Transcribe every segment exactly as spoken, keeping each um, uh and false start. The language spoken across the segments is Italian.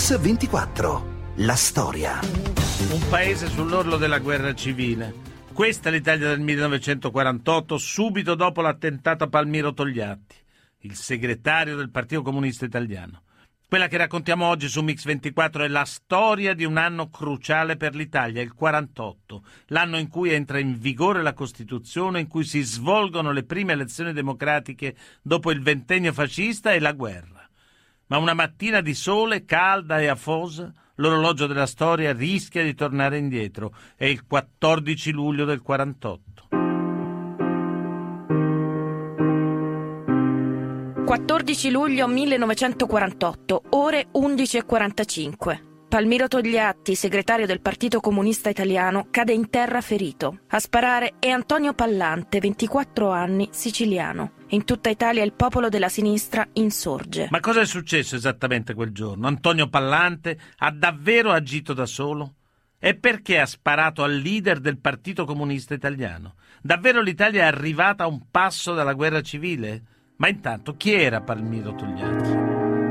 Mix ventiquattro. La storia. Un paese sull'orlo della guerra civile. Questa è l'Italia del millenovecentoquarantotto, subito dopo l'attentato a Palmiro Togliatti, il segretario del Partito Comunista Italiano. Quella che raccontiamo oggi su Mix ventiquattro è la storia di un anno cruciale per l'Italia, il quarantotto, l'anno in cui entra in vigore la Costituzione, in cui si svolgono le prime elezioni democratiche dopo il ventennio fascista e la guerra. Ma una mattina di sole, calda e afosa, l'orologio della storia rischia di tornare indietro. È il quattordici luglio del quarantotto. quattordici luglio millenovecentoquarantotto, ore undici e quarantacinque. Palmiro Togliatti, segretario del Partito Comunista Italiano, cade in terra ferito. A sparare è Antonio Pallante, ventiquattro anni, siciliano. In tutta Italia il popolo della sinistra insorge. Ma cosa è successo esattamente quel giorno? Antonio Pallante ha davvero agito da solo? E perché ha sparato al leader del Partito Comunista Italiano? Davvero l'Italia è arrivata a un passo dalla guerra civile? Ma intanto chi era Palmiro Togliatti?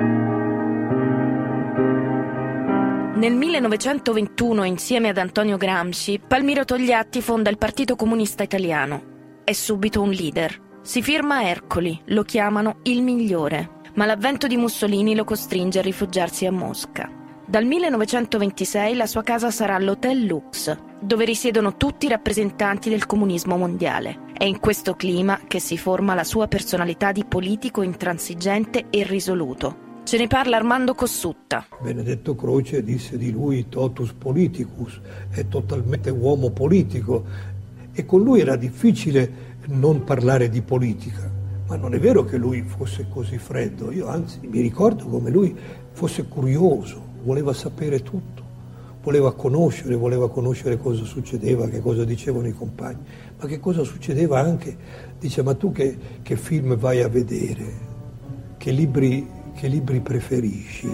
Nel millenovecentoventuno, insieme ad Antonio Gramsci, Palmiro Togliatti fonda il Partito Comunista Italiano. È subito un leader. Si firma Ercoli, lo chiamano il migliore, ma l'avvento di Mussolini lo costringe a rifugiarsi a Mosca. Dal millenovecentoventisei la sua casa sarà l'Hotel Lux, dove risiedono tutti i rappresentanti del comunismo mondiale. È in questo clima che si forma la sua personalità di politico intransigente e risoluto. Ce ne parla Armando Cossutta. Benedetto Croce disse di lui totus politicus, è totalmente uomo politico, e con lui era difficile non parlare di politica. Ma non è vero che lui fosse così freddo, io anzi mi ricordo come lui fosse curioso, voleva sapere tutto, voleva conoscere, voleva conoscere cosa succedeva, che cosa dicevano i compagni, ma che cosa succedeva anche, dice, ma tu che, che film vai a vedere, che libri, che libri preferisci?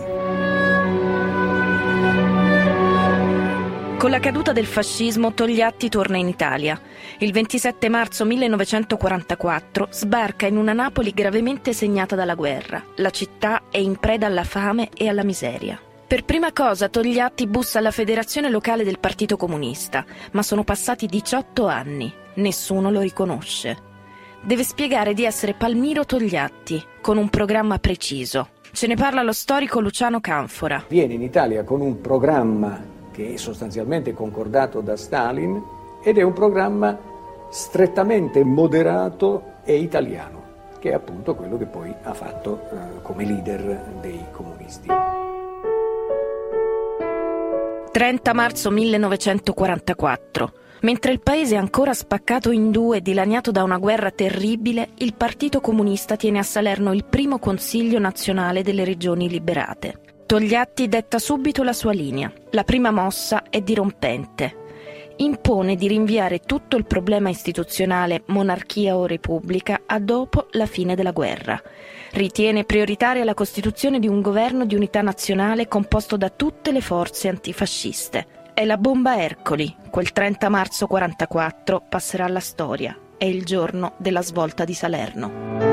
Con la caduta del fascismo Togliatti torna in Italia. Il ventisette marzo millenovecentoquarantaquattro sbarca in una Napoli gravemente segnata dalla guerra. La città è in preda alla fame e alla miseria. Per prima cosa Togliatti bussa alla federazione locale del Partito Comunista, ma sono passati diciotto anni. Nessuno lo riconosce. Deve spiegare di essere Palmiro Togliatti, con un programma preciso. Ce ne parla lo storico Luciano Canfora. Viene in Italia con un programma che è sostanzialmente concordato da Stalin ed è un programma strettamente moderato e italiano, che è appunto quello che poi ha fatto eh, come leader dei comunisti. trenta marzo millenovecentoquarantaquattro. Mentre il paese è ancora spaccato in due e dilaniato da una guerra terribile, il Partito Comunista tiene a Salerno il primo Consiglio nazionale delle regioni liberate. Togliatti detta subito la sua linea. La prima mossa è dirompente. Impone di rinviare tutto il problema istituzionale monarchia o repubblica a dopo la fine della guerra. Ritiene prioritaria la costituzione di un governo di unità nazionale composto da tutte le forze antifasciste. È la bomba Ercoli. Quel trenta marzo quarantaquattro passerà alla storia. È il giorno della svolta di Salerno.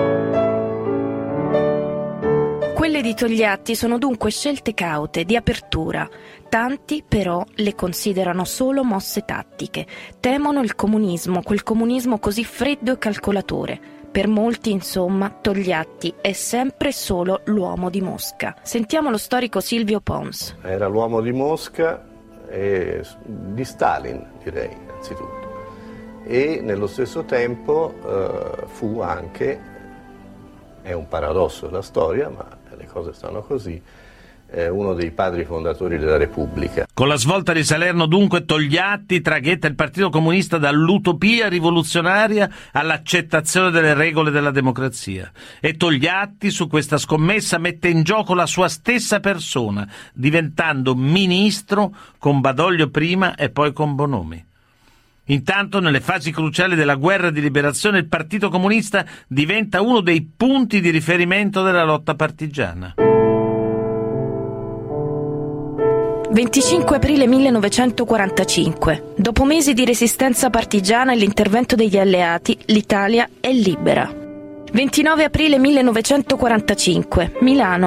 Quelle di Togliatti sono dunque scelte caute, di apertura. Tanti però le considerano solo mosse tattiche. Temono il comunismo, quel comunismo così freddo e calcolatore. Per molti, insomma, Togliatti è sempre solo l'uomo di Mosca. Sentiamo lo storico Silvio Pons. Era l'uomo di Mosca e di Stalin, direi, innanzitutto. E nello stesso tempo eh, fu anche, è un paradosso della storia, ma le cose stanno così, è uno dei padri fondatori della Repubblica. Con la svolta di Salerno dunque Togliatti traghetta il Partito Comunista dall'utopia rivoluzionaria all'accettazione delle regole della democrazia. E Togliatti su questa scommessa mette in gioco la sua stessa persona, diventando ministro con Badoglio prima e poi con Bonomi. Intanto, nelle fasi cruciali della guerra di liberazione, il Partito Comunista diventa uno dei punti di riferimento della lotta partigiana. venticinque aprile millenovecentoquarantacinque. Dopo mesi di resistenza partigiana e l'intervento degli alleati, l'Italia è libera. ventinove aprile millenovecentoquarantacinque. Milano. A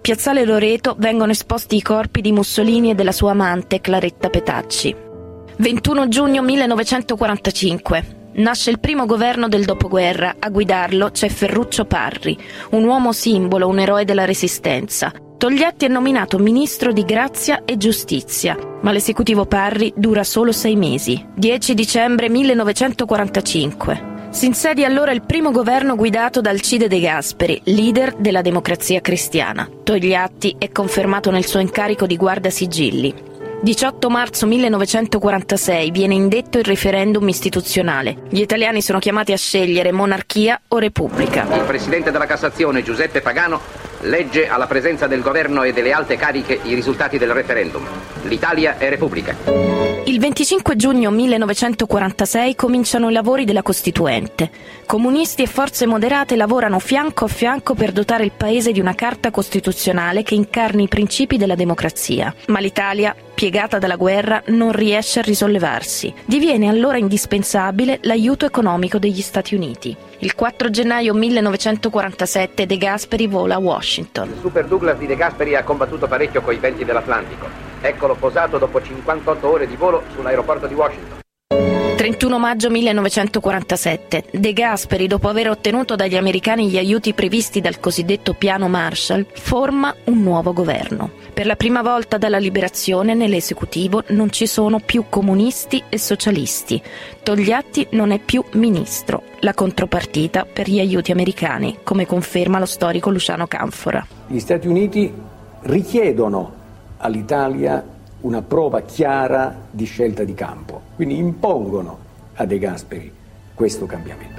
piazzale Loreto vengono esposti i corpi di Mussolini e della sua amante Claretta Petacci. ventuno giugno millenovecentoquarantacinque. Nasce il primo governo del dopoguerra. A guidarlo c'è Ferruccio Parri, un uomo simbolo, un eroe della Resistenza. Togliatti è nominato ministro di Grazia e Giustizia, ma l'esecutivo Parri dura solo sei mesi. dieci dicembre millenovecentoquarantacinque. Si insedia allora il primo governo guidato da Alcide De Gasperi, leader della Democrazia Cristiana. Togliatti è confermato nel suo incarico di guardasigilli. diciotto marzo millenovecentoquarantasei viene indetto il referendum istituzionale. Gli italiani sono chiamati a scegliere monarchia o repubblica. Il presidente della Cassazione, Giuseppe Pagano, legge alla presenza del governo e delle alte cariche i risultati del referendum. L'Italia è repubblica. Il venticinque giugno millenovecentoquarantasei cominciano i lavori della Costituente. Comunisti e forze moderate lavorano fianco a fianco per dotare il paese di una carta costituzionale che incarni i principi della democrazia. Ma l'Italia, piegata dalla guerra, non riesce a risollevarsi. Diviene allora indispensabile l'aiuto economico degli Stati Uniti. Il quattro gennaio millenovecentoquarantasette De Gasperi vola a Washington. Il Super Douglas di De Gasperi ha combattuto parecchio coi venti dell'Atlantico. Eccolo posato dopo cinquantotto ore di volo sull'aeroporto di Washington. trentuno maggio millenovecentoquarantasette. De Gasperi, dopo aver ottenuto dagli americani gli aiuti previsti dal cosiddetto piano Marshall, forma un nuovo governo. Per la prima volta dalla liberazione nell'esecutivo non ci sono più comunisti e socialisti. Togliatti non è più ministro, la contropartita per gli aiuti americani, come conferma lo storico Luciano Canfora. Gli Stati Uniti richiedono all'Italia una prova chiara di scelta di campo, quindi impongono a De Gasperi questo cambiamento.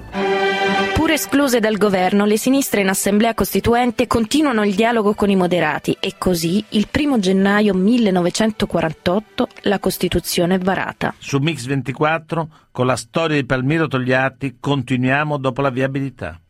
Pur escluse dal governo, le sinistre in Assemblea Costituente continuano il dialogo con i moderati e così il primo gennaio millenovecentoquarantotto la Costituzione è varata. Su Mix ventiquattro, con la storia di Palmiro Togliatti, continuiamo dopo la viabilità.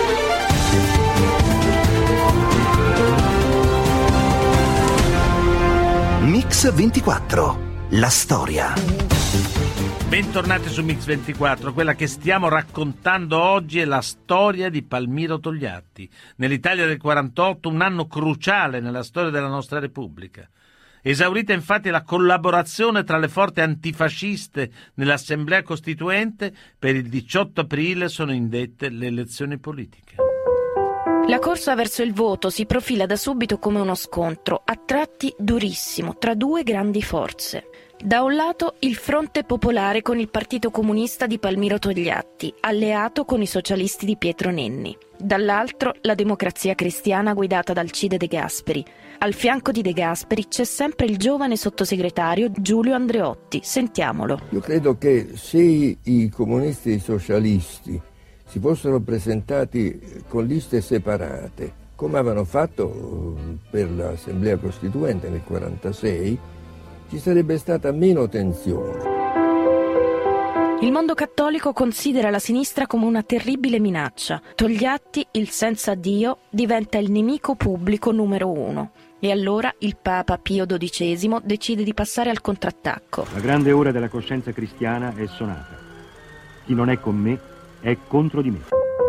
Mix ventiquattro, la storia. Bentornati su Mix ventiquattro, quella che stiamo raccontando oggi è la storia di Palmiro Togliatti. Nell'Italia del quarantotto, un anno cruciale nella storia della nostra Repubblica. Esaurita infatti la collaborazione tra le forze antifasciste nell'Assemblea Costituente, per il diciotto aprile sono indette le elezioni politiche. La corsa verso il voto si profila da subito come uno scontro, a tratti durissimo, tra due grandi forze. Da un lato il Fronte Popolare con il Partito Comunista di Palmiro Togliatti, alleato con i socialisti di Pietro Nenni. Dall'altro la Democrazia Cristiana guidata da Alcide De Gasperi. Al fianco di De Gasperi c'è sempre il giovane sottosegretario Giulio Andreotti. Sentiamolo. Io credo che se i comunisti e i socialisti si fossero presentati con liste separate, come avevano fatto per l'Assemblea Costituente nel quarantasei, ci sarebbe stata meno tensione. Il mondo cattolico considera la sinistra come una terribile minaccia. Togliatti, il senza Dio, diventa il nemico pubblico numero uno. E allora il Papa Pio dodicesimo decide di passare al contrattacco. La grande ora della coscienza cristiana è suonata. Chi non è con me è contro di me.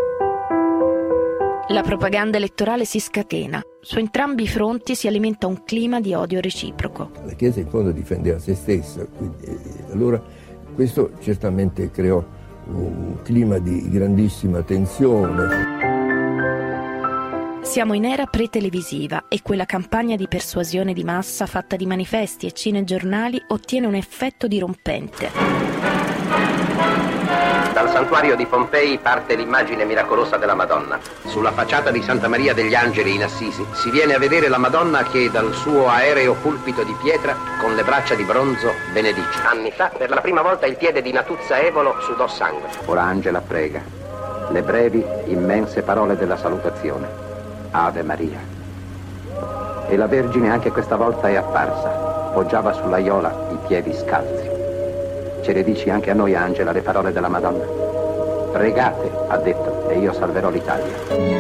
La propaganda elettorale si scatena. Su entrambi i fronti si alimenta un clima di odio reciproco. La Chiesa in fondo difendeva se stessa, quindi, eh, allora questo certamente creò un clima di grandissima tensione. Siamo in era pre-televisiva e quella campagna di persuasione di massa fatta di manifesti e cinegiornali ottiene un effetto dirompente. Dal santuario di Pompei parte l'immagine miracolosa della Madonna. Sulla facciata di Santa Maria degli Angeli in Assisi si viene a vedere la Madonna che dal suo aereo pulpito di pietra con le braccia di bronzo benedice. Anni fa, per la prima volta il piede di Natuzza Evolo sudò sangue. Ora Angela prega le brevi, immense parole della salutazione. Ave Maria. E la Vergine anche questa volta è apparsa. Poggiava sull'aiola i piedi scalzi. Ce le dici anche a noi, Angela, le parole della Madonna? Pregate, ha detto, e io salverò l'Italia.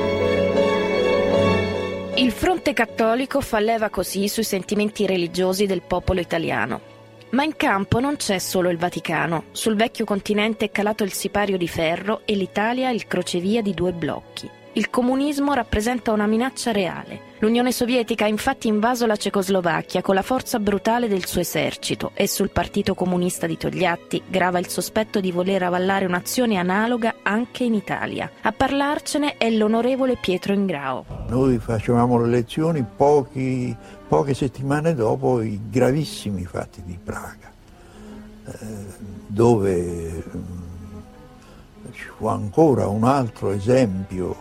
Il fronte cattolico fa leva così sui sentimenti religiosi del popolo italiano. Ma in campo non c'è solo il Vaticano. Sul vecchio continente è calato il sipario di ferro e l'Italia il crocevia di due blocchi. il comunismo rappresenta una minaccia reale. L'Unione Sovietica ha infatti invaso la Cecoslovacchia con la forza brutale del suo esercito e sul Partito Comunista di Togliatti grava il sospetto di voler avallare un'azione analoga anche in Italia. A parlarcene è l'onorevole Pietro Ingrao. Noi facevamo le elezioni pochi, poche settimane dopo i gravissimi fatti di Praga, eh, dove eh, ci fu ancora un altro esempio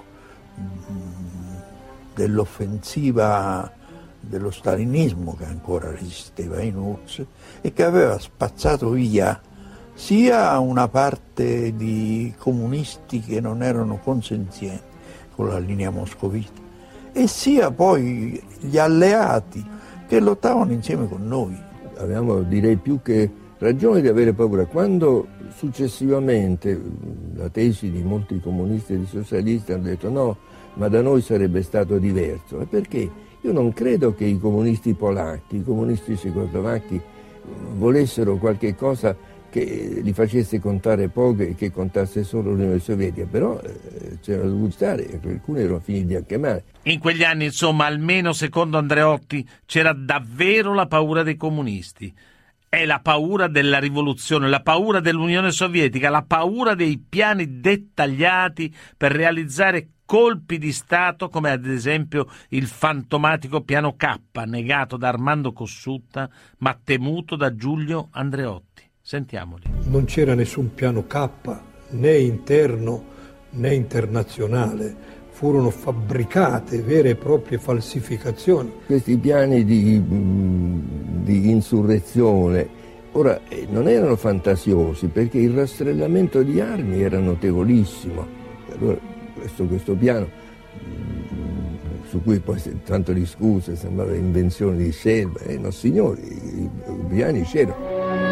dell'offensiva dello stalinismo che ancora resisteva in U R S S e che aveva spazzato via sia una parte di comunisti che non erano consenzienti con la linea moscovita e sia poi gli alleati che lottavano insieme con noi. Avevamo, direi, più che ragione di avere paura. Quando successivamente la tesi di molti comunisti e di socialisti hanno detto no, ma da noi sarebbe stato diverso. E perché? Io non credo che i comunisti polacchi, i comunisti cecoslovacchi volessero qualche cosa che li facesse contare poco e che contasse solo l'Unione Sovietica, però eh, c'erano dovuti stare, alcuni erano finiti anche male. In quegli anni, insomma, almeno secondo Andreotti, c'era davvero la paura dei comunisti. È la paura della rivoluzione, la paura dell'Unione Sovietica, la paura dei piani dettagliati per realizzare colpi di Stato come ad esempio il fantomatico piano K, negato da Armando Cossutta ma temuto da Giulio Andreotti. Sentiamoli. Non c'era nessun piano K, né interno né internazionale. Furono fabbricate vere e proprie falsificazioni. Questi piani di, di insurrezione, ora eh, non erano fantasiosi perché il rastrellamento di armi era notevolissimo. Allora, questo, questo piano, su cui poi si è tanto discusso, sembrava invenzione di Scelba, eh, no signori, i, i piani c'erano.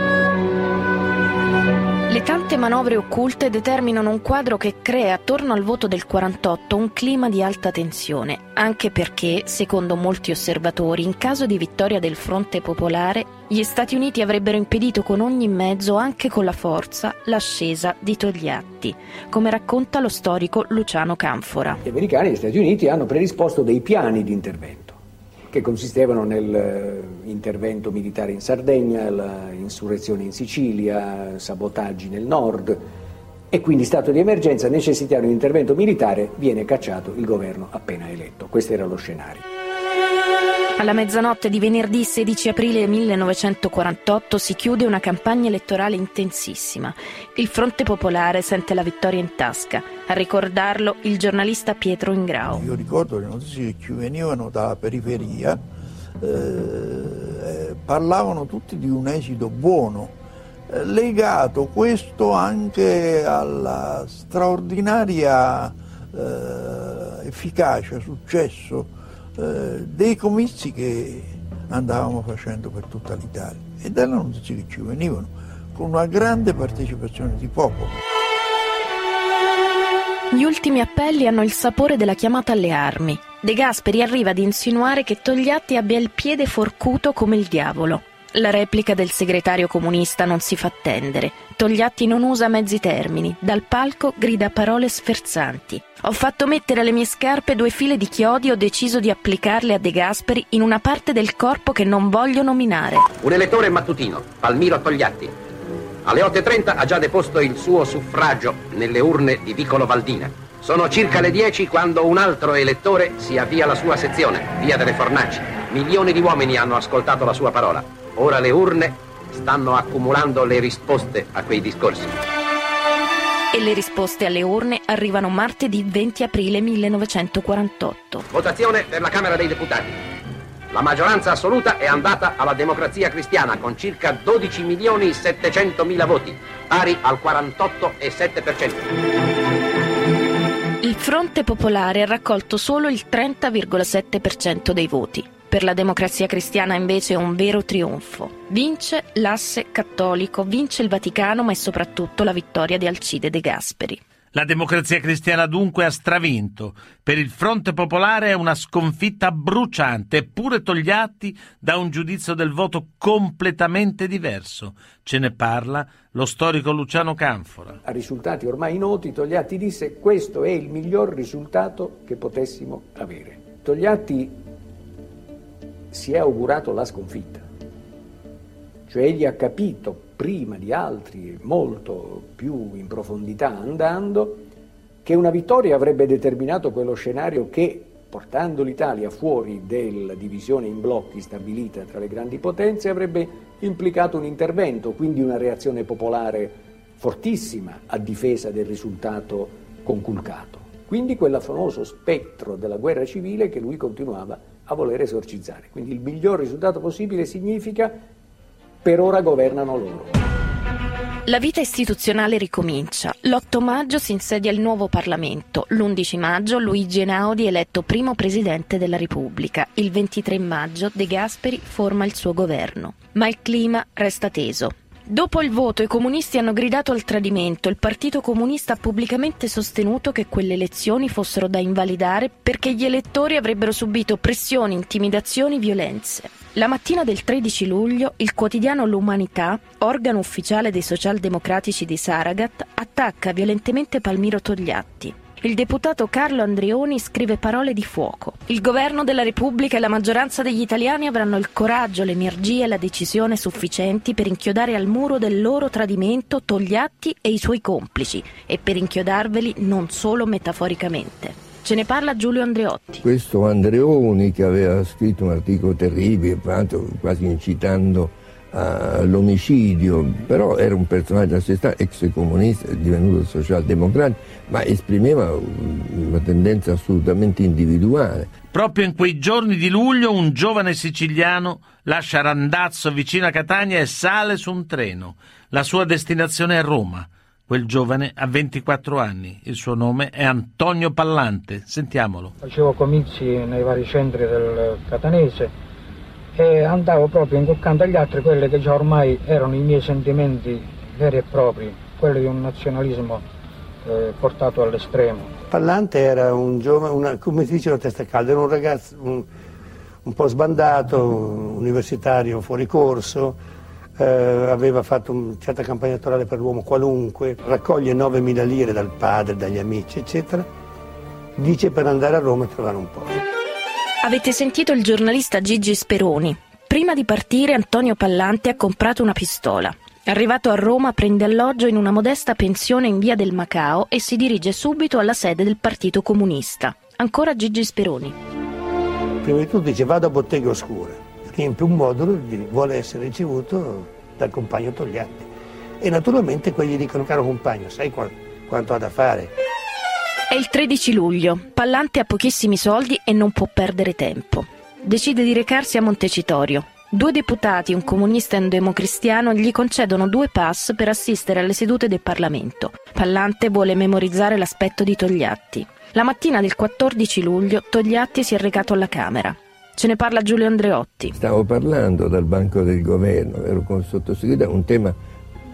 Le tante manovre occulte determinano un quadro che crea attorno al voto del quarantotto un clima di alta tensione, anche perché, secondo molti osservatori, in caso di vittoria del Fronte Popolare, gli Stati Uniti avrebbero impedito con ogni mezzo, anche con la forza, l'ascesa di Togliatti, come racconta lo storico Luciano Canfora. Gli americani e gli Stati Uniti hanno predisposto dei piani di intervento che consistevano nell'intervento militare in Sardegna, l'insurrezione in Sicilia, sabotaggi nel nord e quindi stato di emergenza, necessità di un intervento militare, viene cacciato il governo appena eletto. Questo era lo scenario. Alla mezzanotte di venerdì sedici aprile millenovecentoquarantotto si chiude una campagna elettorale intensissima. Il Fronte Popolare sente la vittoria in tasca. A ricordarlo il giornalista Pietro Ingrao. Io ricordo le notizie che ci venivano dalla periferia, eh, parlavano tutti di un esito buono, eh, legato questo anche alla straordinaria eh, efficacia, successo dei comizi che andavamo facendo per tutta l'Italia e dalle notizie che ci venivano con una grande partecipazione di popolo. Gli ultimi appelli hanno il sapore della chiamata alle armi. De Gasperi arriva ad insinuare che Togliatti abbia il piede forcuto come il diavolo. La replica del segretario comunista non si fa attendere. Togliatti non usa mezzi termini. Dal palco grida parole sferzanti. Ho fatto mettere alle mie scarpe due file di chiodi e ho deciso di applicarle a De Gasperi in una parte del corpo che non voglio nominare. Un elettore mattutino, Palmiro Togliatti, alle otto e trenta ha già deposto il suo suffragio nelle urne di Vicolo Valdina. Sono circa le dieci quando un altro elettore si avvia alla sua sezione, via delle Fornaci. Milioni di uomini hanno ascoltato la sua parola. Ora le urne stanno accumulando le risposte a quei discorsi. E le risposte alle urne arrivano martedì venti aprile millenovecentoquarantotto. Votazione per la Camera dei Deputati. La maggioranza assoluta è andata alla Democrazia Cristiana con circa dodici milioni settecentomila voti, pari al quarantotto virgola sette per cento. Il Fronte Popolare ha raccolto solo il trenta virgola sette per cento dei voti. Per la Democrazia Cristiana invece è un vero trionfo. Vince l'asse cattolico, vince il Vaticano, ma è soprattutto la vittoria di Alcide De Gasperi. La Democrazia Cristiana dunque ha stravinto. Per il Fronte Popolare è una sconfitta bruciante, eppure Togliatti dà un giudizio del voto completamente diverso. Ce ne parla lo storico Luciano Canfora. A risultati ormai noti, Togliatti disse: questo è il miglior risultato che potessimo avere. Togliatti si è augurato la sconfitta, cioè egli ha capito prima di altri, molto più in profondità andando, che una vittoria avrebbe determinato quello scenario che, portando l'Italia fuori della divisione in blocchi stabilita tra le grandi potenze, avrebbe implicato un intervento, quindi una reazione popolare fortissima a difesa del risultato conculcato. Quindi quel famoso spettro della guerra civile che lui continuava a voler esorcizzare. Quindi il miglior risultato possibile significa: per ora governano loro. La vita istituzionale ricomincia. L'otto maggio si insedia il nuovo Parlamento. L'undici maggio Luigi Einaudi è eletto primo presidente della Repubblica. Il ventitré maggio De Gasperi forma il suo governo. Ma il clima resta teso. Dopo il voto i comunisti hanno gridato al tradimento. Il Partito Comunista ha pubblicamente sostenuto che quelle elezioni fossero da invalidare perché gli elettori avrebbero subito pressioni, intimidazioni, violenze. La mattina del tredici luglio il quotidiano L'Umanità, organo ufficiale dei socialdemocratici di Saragat, attacca violentemente Palmiro Togliatti. Il deputato Carlo Andreoni scrive parole di fuoco. Il governo della Repubblica e la maggioranza degli italiani avranno il coraggio, l'energia e la decisione sufficienti per inchiodare al muro del loro tradimento Togliatti e i suoi complici e per inchiodarveli non solo metaforicamente. Ce ne parla Giulio Andreotti. Questo Andreoni, che aveva scritto un articolo terribile, quasi incitando all'omicidio, però era un personaggio a sé stante, ex comunista, divenuto socialdemocratico, ma esprimeva una tendenza assolutamente individuale. Proprio in quei giorni di luglio un giovane siciliano lascia Randazzo vicino a Catania e sale su un treno. La sua destinazione è Roma. Quel giovane ha ventiquattro anni, il suo nome è Antonio Pallante. Sentiamolo. Facevo comizi nei vari centri del catanese e andavo proprio inculcando agli altri quelli che già ormai erano i miei sentimenti veri e propri, quelli di un nazionalismo eh, portato all'estremo. Pallante era un giovane, una, come si dice, una testa calda, era un ragazzo un, un po' sbandato, universitario fuori corso, eh, aveva fatto una certa campagna elettorale per l'uomo qualunque, raccoglie novemila lire dal padre, dagli amici, eccetera, dice per andare a Roma e trovare un po'. Avete sentito il giornalista Gigi Speroni. Prima di partire Antonio Pallante ha comprato una pistola. Arrivato a Roma prende alloggio in una modesta pensione in via del Macao e si dirige subito alla sede del Partito Comunista. Ancora Gigi Speroni. Prima di tutto dice vado a Botteghe Oscure, riempie un modulo e vuole essere ricevuto dal compagno Togliatti. E naturalmente quelli dicono: caro compagno, sai quanto ha da fare? È il tredici luglio, Pallante ha pochissimi soldi e non può perdere tempo. Decide di recarsi a Montecitorio. Due deputati, un comunista e un democristiano, gli concedono due pass per assistere alle sedute del Parlamento. Pallante vuole memorizzare l'aspetto di Togliatti. La mattina del quattordici luglio Togliatti si è recato alla Camera. Ce ne parla Giulio Andreotti. Stavo parlando dal banco del governo, ero con il sottosegretario, un tema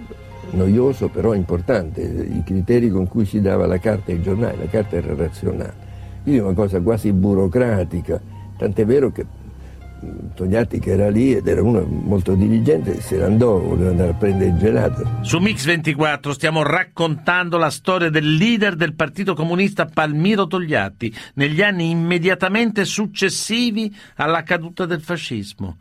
noioso però importante, i criteri con cui si dava la carta ai giornali. La carta era razionale, quindi una cosa quasi burocratica, tant'è vero che Togliatti, che era lì ed era uno molto diligente, se ne andò, voleva andare a prendere il gelato. Su Mix ventiquattro stiamo raccontando la storia del leader del Partito Comunista Palmiro Togliatti negli anni immediatamente successivi alla caduta del fascismo.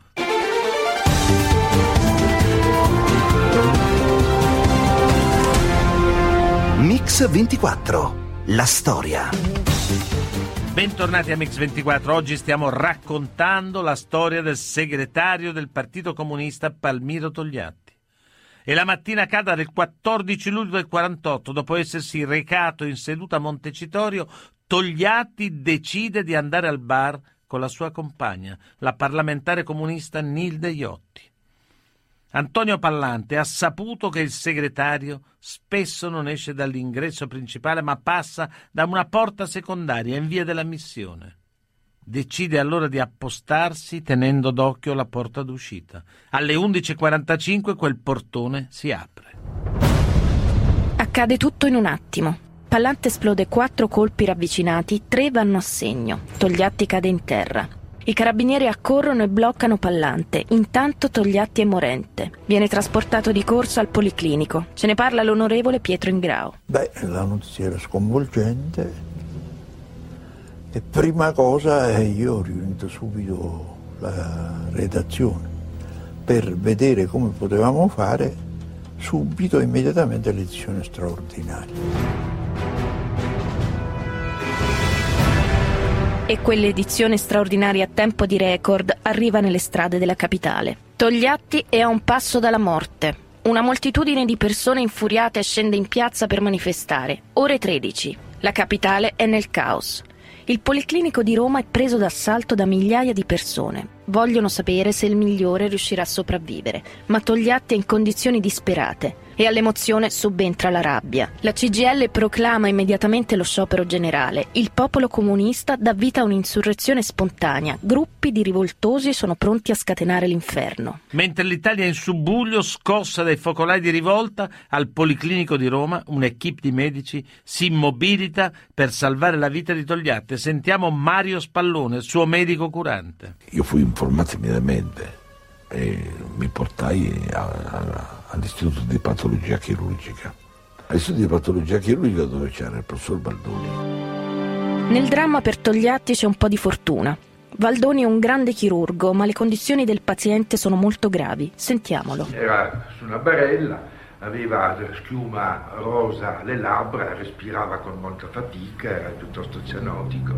Mix ventiquattro, la storia. Bentornati a Mix ventiquattro. Oggi stiamo raccontando la storia del segretario del Partito Comunista Palmiro Togliatti. È la mattina calda del quattordici luglio del quarantotto, dopo essersi recato in seduta a Montecitorio, Togliatti decide di andare al bar con la sua compagna, la parlamentare comunista Nilde Iotti. Antonio Pallante ha saputo che il segretario spesso non esce dall'ingresso principale ma passa da una porta secondaria in via della Missione. Decide allora di appostarsi tenendo d'occhio la porta d'uscita. Alle undici e quarantacinque quel portone si apre. Accade tutto in un attimo. pallante esplode quattro colpi ravvicinati, tre vanno a segno. Togliatti cade in terra. I carabinieri accorrono e bloccano Pallante. Intanto Togliatti è morente. Viene trasportato di corsa al policlinico. Ce ne parla l'onorevole Pietro Ingrao. Beh, la notizia era sconvolgente e prima cosa io ho riunito subito la redazione per vedere come potevamo fare subito e immediatamente l'edizione straordinaria. E quell'edizione straordinaria a tempo di record arriva nelle strade della capitale. Togliatti è a un passo dalla morte. Una moltitudine di persone infuriate scende in piazza per manifestare. Ore tredici. La capitale è nel caos. Il Policlinico di Roma è preso d'assalto da migliaia di persone. Vogliono sapere se il migliore riuscirà a sopravvivere, ma Togliatti è in condizioni disperate. E all'emozione subentra la rabbia. La C G I L proclama immediatamente lo sciopero generale. Il popolo comunista dà vita a un'insurrezione spontanea. Gruppi di rivoltosi sono pronti a scatenare l'inferno. Mentre l'Italia è in subbuglio, scossa dai focolai di rivolta, al Policlinico di Roma un'equipe di medici si immobilita per salvare la vita di Togliatti. Sentiamo Mario Spallone, il suo medico curante. Io fui informato immediatamente e mi portai a, a, all'istituto di patologia chirurgica. All'istituto di patologia chirurgica dove c'era il professor Baldoni. Nel dramma per Togliatti c'è un po' di fortuna. Valdoni è un grande chirurgo, ma le condizioni del paziente sono molto gravi. Sentiamolo. Era su una barella, aveva schiuma rosa alle labbra, respirava con molta fatica, era piuttosto cianotico.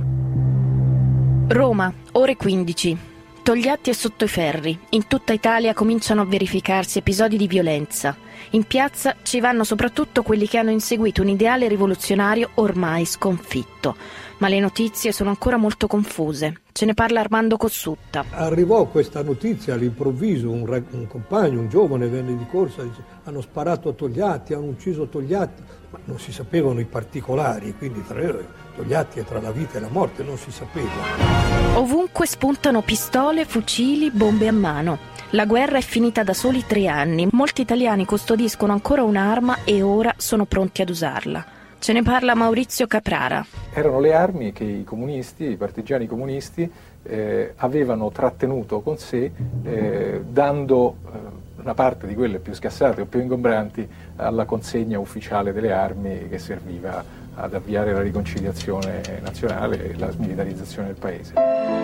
Roma, ore quindici. Togliatti è sotto i ferri. In tutta Italia cominciano a verificarsi episodi di violenza. In piazza ci vanno soprattutto quelli che hanno inseguito un ideale rivoluzionario ormai sconfitto. Ma le notizie sono ancora molto confuse. Ce ne parla Armando Cossutta. Arrivò questa notizia all'improvviso, un, rag- un compagno, un giovane venne di corsa, dice, hanno sparato a Togliatti, hanno ucciso Togliatti, ma non si sapevano i particolari, quindi tra Togliatti è tra la vita e la morte, non si sapeva. Ovunque spuntano pistole, fucili, bombe a mano. La guerra è finita da soli tre anni. Molti italiani custodiscono ancora un'arma e ora sono pronti ad usarla. Ce ne parla Maurizio Caprara. Erano le armi che i comunisti, i partigiani comunisti, eh, avevano trattenuto con sé, eh, dando eh, una parte di quelle più scassate o più ingombranti alla consegna ufficiale delle armi che serviva ad avviare la riconciliazione nazionale e la smilitarizzazione del paese.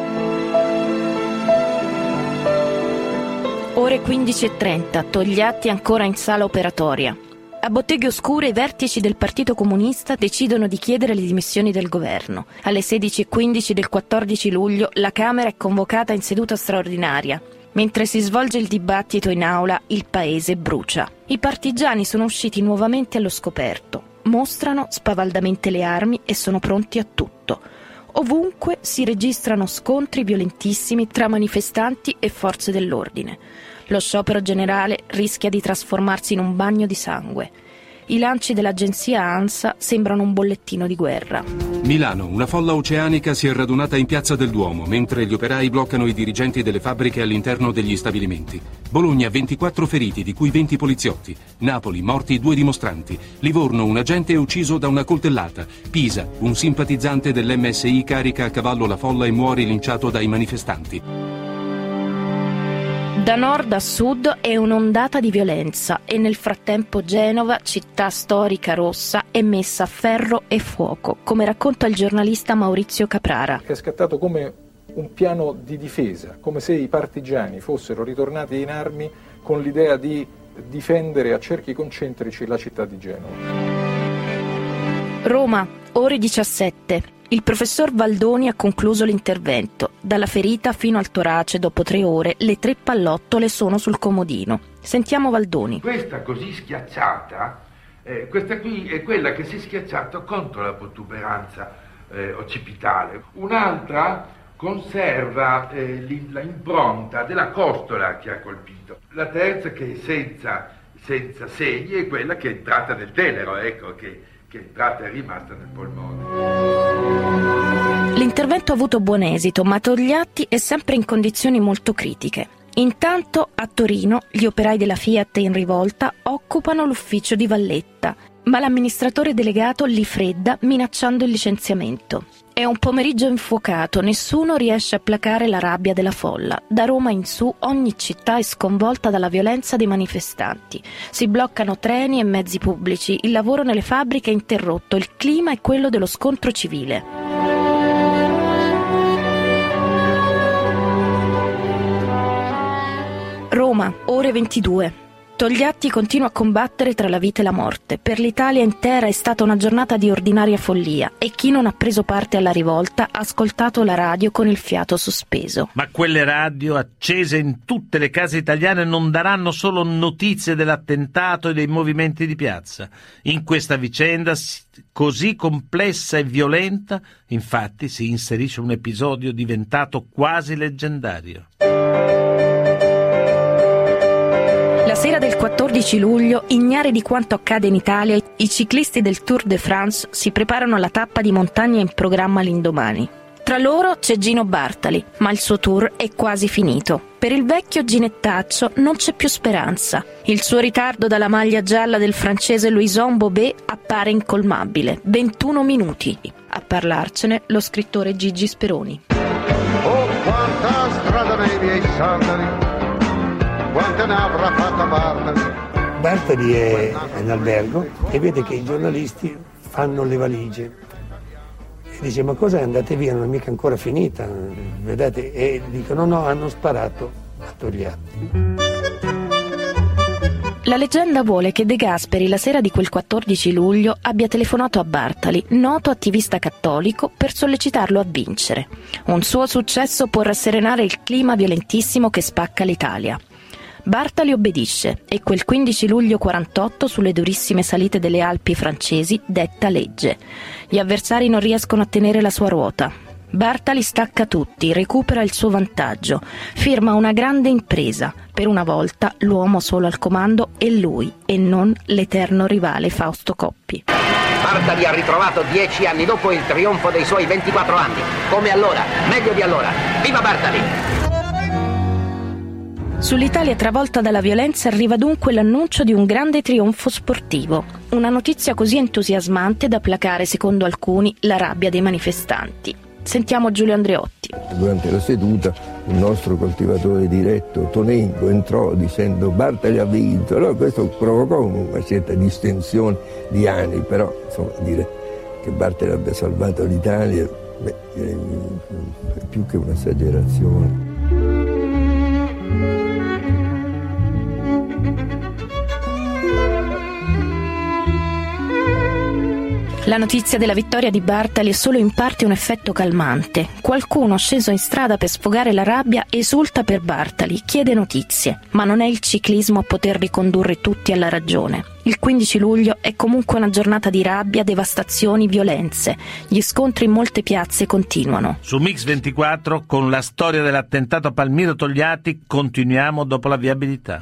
Ore quindici e trenta, Togliatti ancora in sala operatoria. A Botteghe Oscure i vertici del Partito Comunista decidono di chiedere le dimissioni del governo. Alle sedici e quindici del quattordici luglio la Camera è convocata in seduta straordinaria. Mentre si svolge il dibattito in aula, il paese brucia. I partigiani sono usciti nuovamente allo scoperto. Mostrano spavaldamente le armi e sono pronti a tutto. Ovunque si registrano scontri violentissimi tra manifestanti e forze dell'ordine. Lo sciopero generale rischia di trasformarsi in un bagno di sangue. I lanci dell'agenzia ANSA sembrano un bollettino di guerra. Milano, una folla oceanica si è radunata in Piazza del Duomo, mentre gli operai bloccano i dirigenti delle fabbriche all'interno degli stabilimenti. Bologna, ventiquattro feriti, di cui venti poliziotti. Napoli, morti due dimostranti. Livorno, un agente ucciso da una coltellata. Pisa, un simpatizzante dell'M S I carica a cavallo la folla e muore linciato dai manifestanti. Da nord a sud è un'ondata di violenza e nel frattempo Genova, città storica rossa, è messa a ferro e fuoco, come racconta il giornalista Maurizio Caprara. È scattato come un piano di difesa, come se i partigiani fossero ritornati in armi con l'idea di difendere a cerchi concentrici la città di Genova. Roma, ore diciassette. Il professor Valdoni ha concluso l'intervento. Dalla ferita fino al torace, dopo tre ore, le tre pallottole sono sul comodino. Sentiamo Valdoni. Questa così schiacciata, eh, questa qui è quella che si è schiacciata contro la protuberanza eh, occipitale. Un'altra conserva eh, la impronta della costola che ha colpito. La terza, che è senza, senza segni, è quella che è entrata nel tenero, ecco, che che è entrata e è rimasta nel polmone. L'intervento ha avuto buon esito, ma Togliatti è sempre in condizioni molto critiche. Intanto, a Torino, gli operai della Fiat in rivolta occupano l'ufficio di Valletta. ma l'amministratore delegato li fredda minacciando il licenziamento. È un pomeriggio infuocato, nessuno riesce a placare la rabbia della folla. Da Roma in su ogni città è sconvolta dalla violenza dei manifestanti. Si bloccano treni e mezzi pubblici, il lavoro nelle fabbriche è interrotto, il clima è quello dello scontro civile. Roma, ore ventidue. Togliatti continua a combattere tra la vita e la morte. Per l'Italia intera è stata una giornata di ordinaria follia e chi non ha preso parte alla rivolta ha ascoltato la radio con il fiato sospeso. Ma quelle radio accese in tutte le case italiane non daranno solo notizie dell'attentato e dei movimenti di piazza. In questa vicenda così complessa e violenta, infatti, si inserisce un episodio diventato quasi leggendario. La sera del quattordici luglio, ignari di quanto accade in Italia, i ciclisti del Tour de France si preparano alla tappa di montagna in programma l'indomani. Tra loro c'è Gino Bartali, ma il suo tour è quasi finito. Per il vecchio ginettaccio non c'è più speranza. Il suo ritardo dalla maglia gialla del francese Louison Bobet appare incolmabile. ventuno minuti. A parlarcene lo scrittore Gigi Speroni. Oh, quanta strada nei miei sandali! Quante ne avrà fatta Bartali? Bartali è in albergo e vede che i giornalisti fanno le valigie e dice: ma cosa, andate via, non è mica ancora finita, vedete? E dicono: no, hanno sparato a Togliatti. La leggenda vuole che De Gasperi la sera di quel quattordici luglio abbia telefonato a Bartali, noto attivista cattolico, per sollecitarlo a vincere. Un suo successo può rasserenare il clima violentissimo che spacca l'Italia. Bartali obbedisce e quel quindici luglio quarantotto, sulle durissime salite delle Alpi francesi, detta legge. Gli avversari non riescono a tenere la sua ruota. Bartali stacca tutti, recupera il suo vantaggio, firma una grande impresa. Per una volta l'uomo solo al comando è lui e non l'eterno rivale Fausto Coppi. Bartali ha ritrovato dieci anni dopo il trionfo dei suoi ventiquattro anni. Come allora, meglio di allora. Viva Bartali! Sull'Italia travolta dalla violenza arriva dunque l'annuncio di un grande trionfo sportivo. Una notizia così entusiasmante da placare, secondo alcuni, la rabbia dei manifestanti. Sentiamo Giulio Andreotti. Durante la seduta un nostro coltivatore diretto, Tonengo, entrò dicendo: Bartali ha vinto. Allora questo provocò una certa distensione di anni, però insomma dire che Bartali abbia salvato l'Italia, beh, è più che un'esagerazione. La notizia della vittoria di Bartali è solo in parte un effetto calmante. Qualcuno sceso in strada per sfogare la rabbia esulta per Bartali, chiede notizie, ma non è il ciclismo a poter ricondurre tutti alla ragione. Il quindici luglio è comunque una giornata di rabbia, devastazioni, violenze. Gli scontri in molte piazze continuano. Su Mix ventiquattro, con la storia dell'attentato a Palmiro Togliatti, continuiamo dopo la viabilità.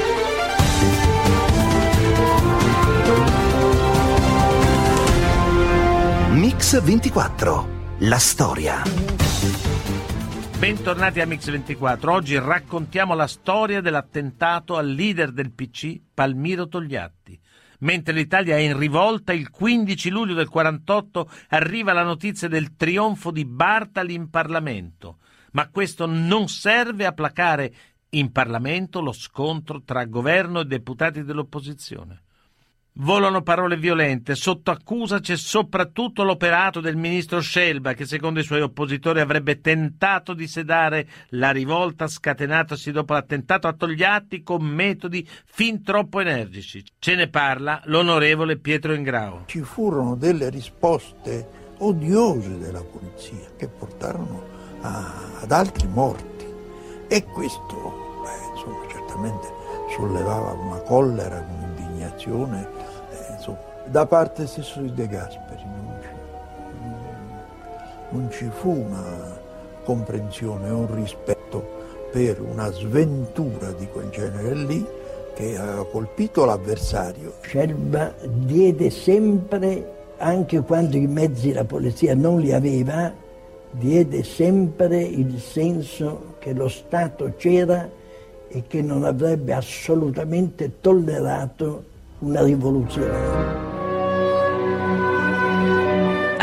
Mix ventiquattro, la storia. Bentornati a Mix ventiquattro. Oggi raccontiamo la storia dell'attentato al leader del P C, Palmiro Togliatti. Mentre l'Italia è in rivolta, il quindici luglio del quarantotto arriva la notizia del trionfo di Bartali in Parlamento. Ma questo non serve a placare in Parlamento lo scontro tra governo e deputati dell'opposizione. Volano parole violente, sotto accusa c'è soprattutto l'operato del ministro Scelba, che secondo i suoi oppositori avrebbe tentato di sedare la rivolta scatenatasi dopo l'attentato a Togliatti con metodi fin troppo energici. Ce ne parla l'onorevole Pietro Ingrao. Ci furono delle risposte odiose della polizia che portarono a, ad altri morti e questo beh, insomma, certamente sollevava una collera, un'indignazione. Da parte stesso di De Gasperi non ci, non ci fu una comprensione, un rispetto per una sventura di quel genere lì che aveva colpito l'avversario. Scelba diede sempre, anche quando i mezzi la polizia non li aveva, diede sempre il senso che lo Stato c'era e che non avrebbe assolutamente tollerato una rivoluzione.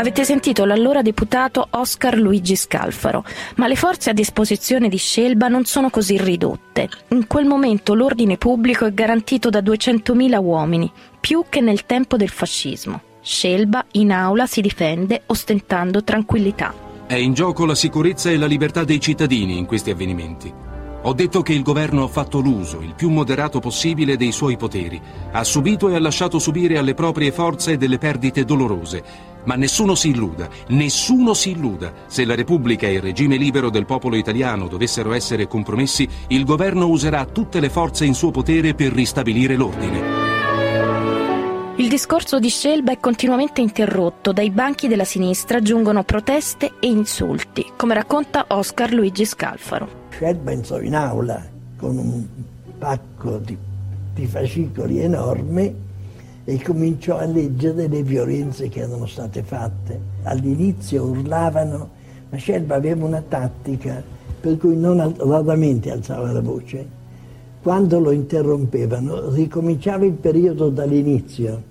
Avete sentito l'allora deputato Oscar Luigi Scalfaro, ma le forze a disposizione di Scelba non sono così ridotte. In quel momento l'ordine pubblico è garantito da duecentomila uomini, più che nel tempo del fascismo. Scelba in aula si difende ostentando tranquillità. È in gioco la sicurezza e la libertà dei cittadini in questi avvenimenti. Ho detto che il governo ha fatto l'uso, il più moderato possibile, dei suoi poteri. Ha subito e ha lasciato subire alle proprie forze delle perdite dolorose. Ma nessuno si illuda, nessuno si illuda. Se la Repubblica e il regime libero del popolo italiano dovessero essere compromessi, il governo userà tutte le forze in suo potere per ristabilire l'ordine. Il discorso di Scelba è continuamente interrotto, dai banchi della sinistra giungono proteste e insulti, come racconta Oscar Luigi Scalfaro. Scelba entrò in aula con un pacco di, di fascicoli enormi e cominciò a leggere le violenze che erano state fatte. All'inizio urlavano, ma Scelba aveva una tattica per cui non raramente alzava la voce. Quando lo interrompevano, ricominciava il periodo dall'inizio.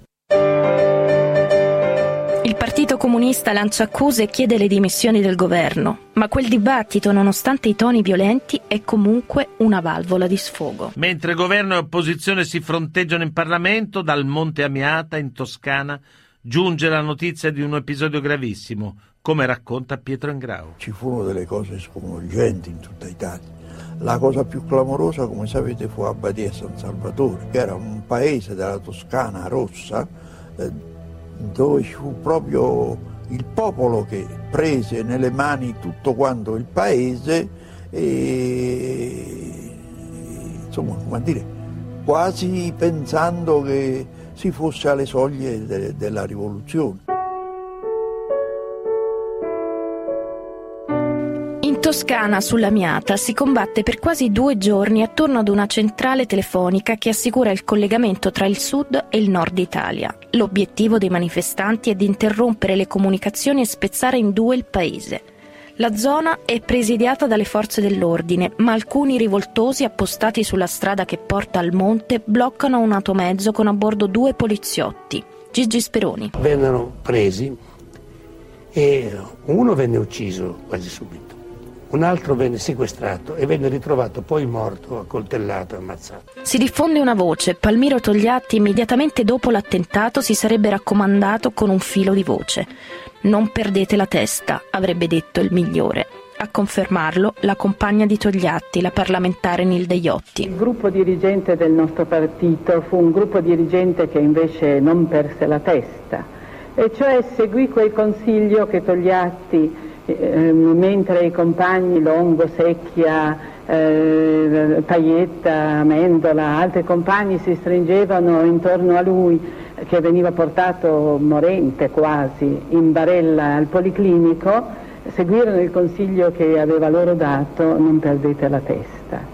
Il Partito Comunista lancia accuse e chiede le dimissioni del governo, ma quel dibattito, nonostante i toni violenti, è comunque una valvola di sfogo. Mentre governo e opposizione si fronteggiano in Parlamento, dal Monte Amiata, in Toscana, giunge la notizia di un episodio gravissimo, come racconta Pietro Ingrao. Ci furono delle cose sconvolgenti in tutta Italia. La cosa più clamorosa, come sapete, fu a Badia San Salvatore, che era un paese della Toscana rossa, eh, dove ci fu proprio il popolo che prese nelle mani tutto quanto il paese e, insomma, come dire, quasi pensando che si fosse alle soglie de- della rivoluzione. In Toscana, sull'Amiata, si combatte per quasi due giorni attorno ad una centrale telefonica che assicura il collegamento tra il sud e il nord Italia. L'obiettivo dei manifestanti è di interrompere le comunicazioni e spezzare in due il paese. La zona è presidiata dalle forze dell'ordine, ma alcuni rivoltosi appostati sulla strada che porta al monte bloccano un automezzo con a bordo due poliziotti. Gigi Speroni. Vennero presi e uno venne ucciso quasi subito. Un altro venne sequestrato e venne ritrovato poi morto, accoltellato e ammazzato. Si diffonde una voce. Palmiro Togliatti immediatamente dopo l'attentato si sarebbe raccomandato con un filo di voce. Non perdete la testa, avrebbe detto il migliore. A confermarlo la compagna di Togliatti, la parlamentare Nilde Iotti. Il gruppo dirigente del nostro partito fu un gruppo dirigente che invece non perse la testa, e cioè seguì quel consiglio che Togliatti, Eh, mentre i compagni Longo, Secchia, eh, Paietta, Amendola, altri compagni si stringevano intorno a lui, che veniva portato morente quasi in barella al Policlinico, seguirono il consiglio che aveva loro dato: non perdete la testa.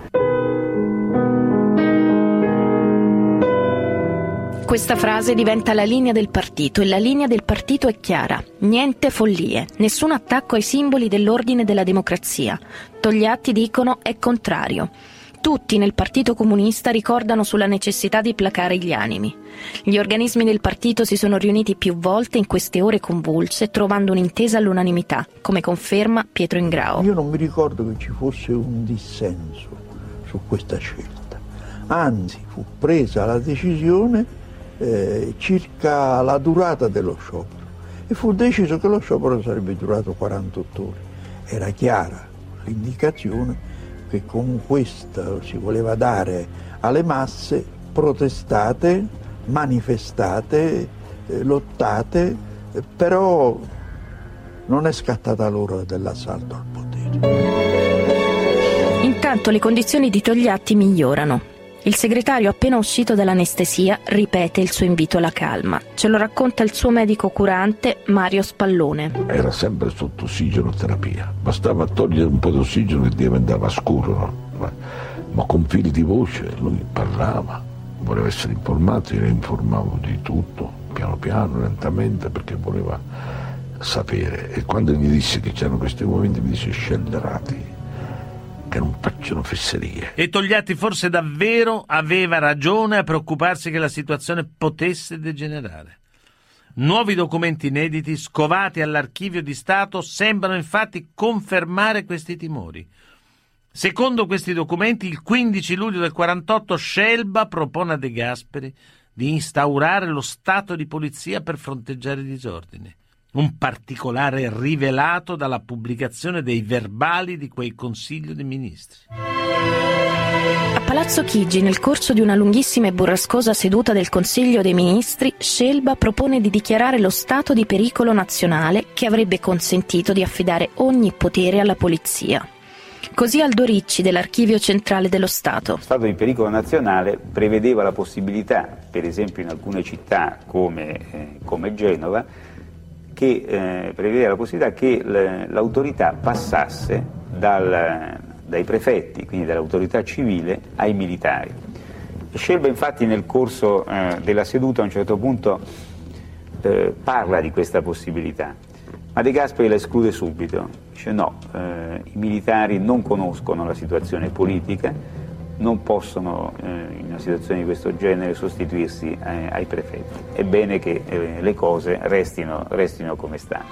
Questa frase diventa la linea del partito, e la linea del partito è chiara. Niente follie, nessun attacco ai simboli dell'ordine e della democrazia. Togliatti, dicono, è contrario. Tutti nel Partito Comunista ricordano sulla necessità di placare gli animi. Gli organismi del partito si sono riuniti più volte in queste ore convulse, trovando un'intesa all'unanimità, come conferma Pietro Ingrao. Io non mi ricordo che ci fosse un dissenso su questa scelta. Anzi, fu presa la decisione Eh, circa la durata dello sciopero, e fu deciso che lo sciopero sarebbe durato quarantotto ore. Era chiara l'indicazione che con questo si voleva dare alle masse protestate, manifestate, eh, lottate, eh, però non è scattata l'ora dell'assalto al potere. Intanto le condizioni di Togliatti migliorano. Il segretario, appena uscito dall'anestesia, ripete il suo invito alla calma. Ce lo racconta il suo medico curante, Mario Spallone. Era sempre sotto ossigenoterapia. Bastava togliere un po' di ossigeno che diventava scuro, no? ma, ma con fili di voce lui parlava, voleva essere informato, io ne informavo di tutto, piano piano, lentamente, perché voleva sapere. E quando gli disse che c'erano questi momenti, mi dice: scellerati, che non facciano fesserie. E Togliatti forse davvero aveva ragione a preoccuparsi che la situazione potesse degenerare. Nuovi documenti inediti scovati all'Archivio di Stato sembrano infatti confermare questi timori. Secondo questi documenti, il quindici luglio del quarantotto Scelba propone a De Gasperi di instaurare lo stato di polizia per fronteggiare i disordini. Un particolare rivelato dalla pubblicazione dei verbali di quel Consiglio dei Ministri. A Palazzo Chigi, nel corso di una lunghissima e burrascosa seduta del Consiglio dei Ministri, Scelba propone di dichiarare lo stato di pericolo nazionale che avrebbe consentito di affidare ogni potere alla polizia. Così Aldo Ricci dell'Archivio Centrale dello Stato. Lo stato di pericolo nazionale prevedeva la possibilità, per esempio in alcune città come, eh, come Genova, che eh, prevedeva la possibilità che le, l'autorità passasse dal, dai prefetti, quindi dall'autorità civile, ai militari. Scelba infatti nel corso eh, della seduta a un certo punto eh, parla di questa possibilità, ma De Gasperi la esclude subito. Dice no, eh, i militari non conoscono la situazione politica, non possono eh, in una situazione di questo genere sostituirsi eh, ai prefetti. È bene che eh, le cose restino, restino come stanno.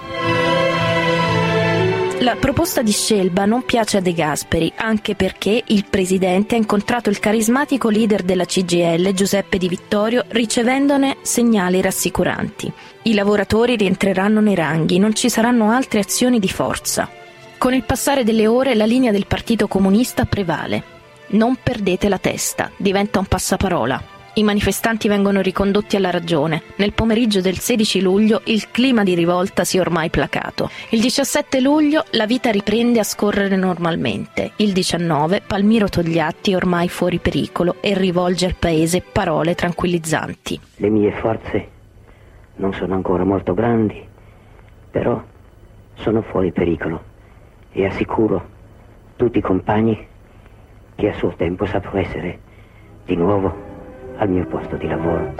La proposta di Scelba non piace a De Gasperi, anche perché il presidente ha incontrato il carismatico leader della C G I L, Giuseppe Di Vittorio, ricevendone segnali rassicuranti. I lavoratori rientreranno nei ranghi, non ci saranno altre azioni di forza. Con il passare delle ore la linea del Partito Comunista prevale. Non perdete la testa, diventa un passaparola. I manifestanti vengono ricondotti alla ragione. Nel pomeriggio del sedici luglio il clima di rivolta si è ormai placato. Il diciassette luglio la vita riprende a scorrere normalmente. Il diciannove Palmiro Togliatti è ormai fuori pericolo e rivolge al paese parole tranquillizzanti. Le mie forze non sono ancora molto grandi, però sono fuori pericolo e assicuro tutti i compagni che a suo tempo saprò essere di nuovo al mio posto di lavoro.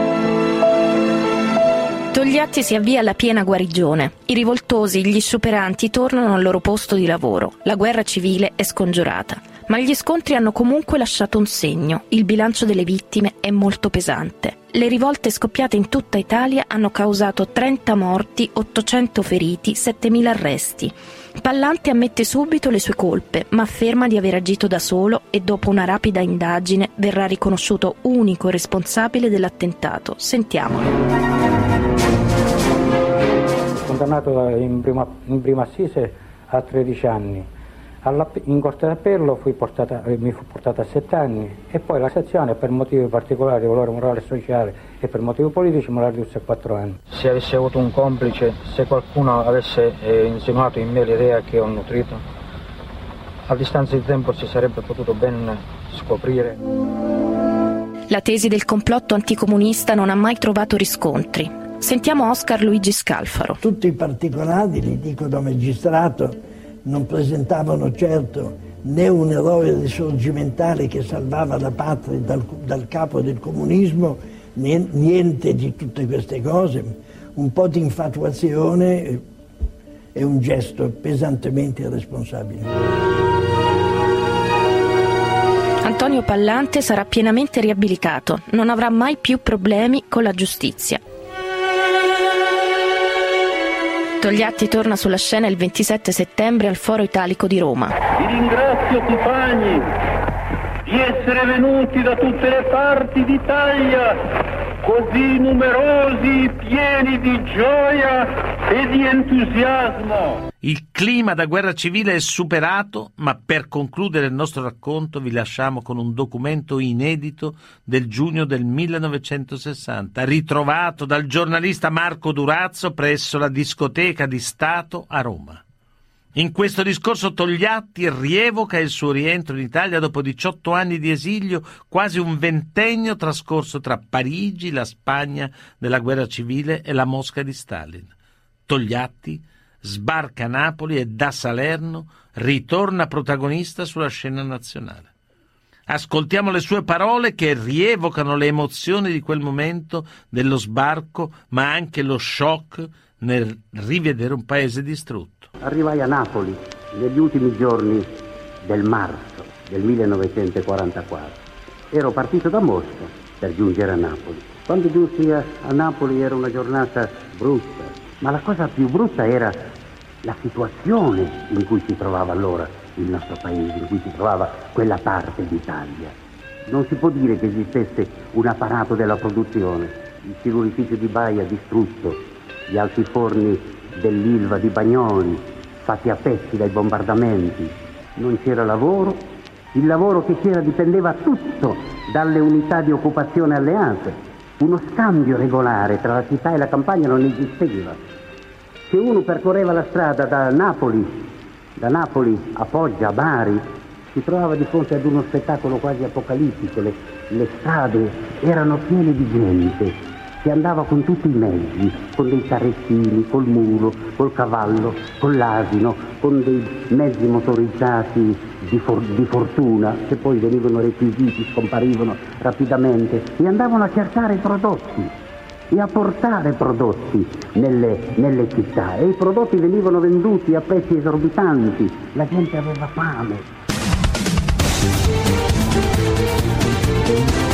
Togliatti si avvia alla piena guarigione. I rivoltosi, gli sciuperanti tornano al loro posto di lavoro. La guerra civile è scongiurata. Ma gli scontri hanno comunque lasciato un segno. Il bilancio delle vittime è molto pesante. Le rivolte scoppiate in tutta Italia hanno causato trenta morti, ottocento feriti, settemila arresti. Pallante ammette subito le sue colpe, ma afferma di aver agito da solo e dopo una rapida indagine verrà riconosciuto unico responsabile dell'attentato. Sentiamolo. Condannato in prima, in prima assise a tredici anni. Alla, in Corte d'Appello fui portata, mi fu portata a sette anni e poi la Cassazione per motivi particolari di valore morale e sociale e per motivi politici me la ridusse a quattro anni. Se avessi avuto un complice, se qualcuno avesse eh, insinuato in me l'idea che ho nutrito, a distanza di tempo si sarebbe potuto ben scoprire. La tesi del complotto anticomunista non ha mai trovato riscontri. Sentiamo Oscar Luigi Scalfaro. Tutti i particolari, li dico da magistrato, non presentavano certo né un eroe risorgimentale che salvava la patria dal, dal capo del comunismo, né, niente di tutte queste cose. Un po' di infatuazione è un gesto pesantemente irresponsabile. Antonio Pallante sarà pienamente riabilitato, non avrà mai più problemi con la giustizia. Togliatti torna sulla scena il ventisette settembre al Foro Italico di Roma. Vi ringrazio compagni di essere venuti da tutte le parti d'Italia, così numerosi, pieni di gioia e di entusiasmo. Il clima da guerra civile è superato, ma per concludere il nostro racconto vi lasciamo con un documento inedito del giugno del millenovecentosessanta, ritrovato dal giornalista Marco Durazzo presso la discoteca di Stato a Roma. In questo discorso Togliatti rievoca il suo rientro in Italia dopo diciotto anni di esilio, quasi un ventennio trascorso tra Parigi, la Spagna della guerra civile e la Mosca di Stalin. Togliatti sbarca a Napoli e da Salerno ritorna protagonista sulla scena nazionale. Ascoltiamo le sue parole che rievocano le emozioni di quel momento dello sbarco, ma anche lo shock nel rivedere un paese distrutto. Arrivai a Napoli negli ultimi giorni del marzo del millenovecentoquarantaquattro. Ero partito da Mosca per giungere a Napoli. Quando giunsi a, a Napoli era una giornata brutta, ma la cosa più brutta era la situazione in cui si trovava allora il nostro paese, in cui si trovava quella parte d'Italia. Non si può dire che esistesse un apparato della produzione, il silurificio di Baia distrutto, gli altiforni dell'Ilva di Bagnoli fatti a pezzi dai bombardamenti, non c'era lavoro, il lavoro che c'era dipendeva tutto dalle unità di occupazione alleate, uno scambio regolare tra la città e la campagna non esisteva. Se uno percorreva la strada da Napoli, da Napoli a Foggia, a Bari, si trovava di fronte ad uno spettacolo quasi apocalittico, le, le strade erano piene di gente che andava con tutti i mezzi, con dei carrettini, col mulo, col cavallo, con l'asino, con dei mezzi motorizzati di, for- di fortuna che poi venivano requisiti, scomparivano rapidamente e andavano a cercare prodotti e a portare prodotti nelle, nelle città e i prodotti venivano venduti a prezzi esorbitanti, la gente aveva fame.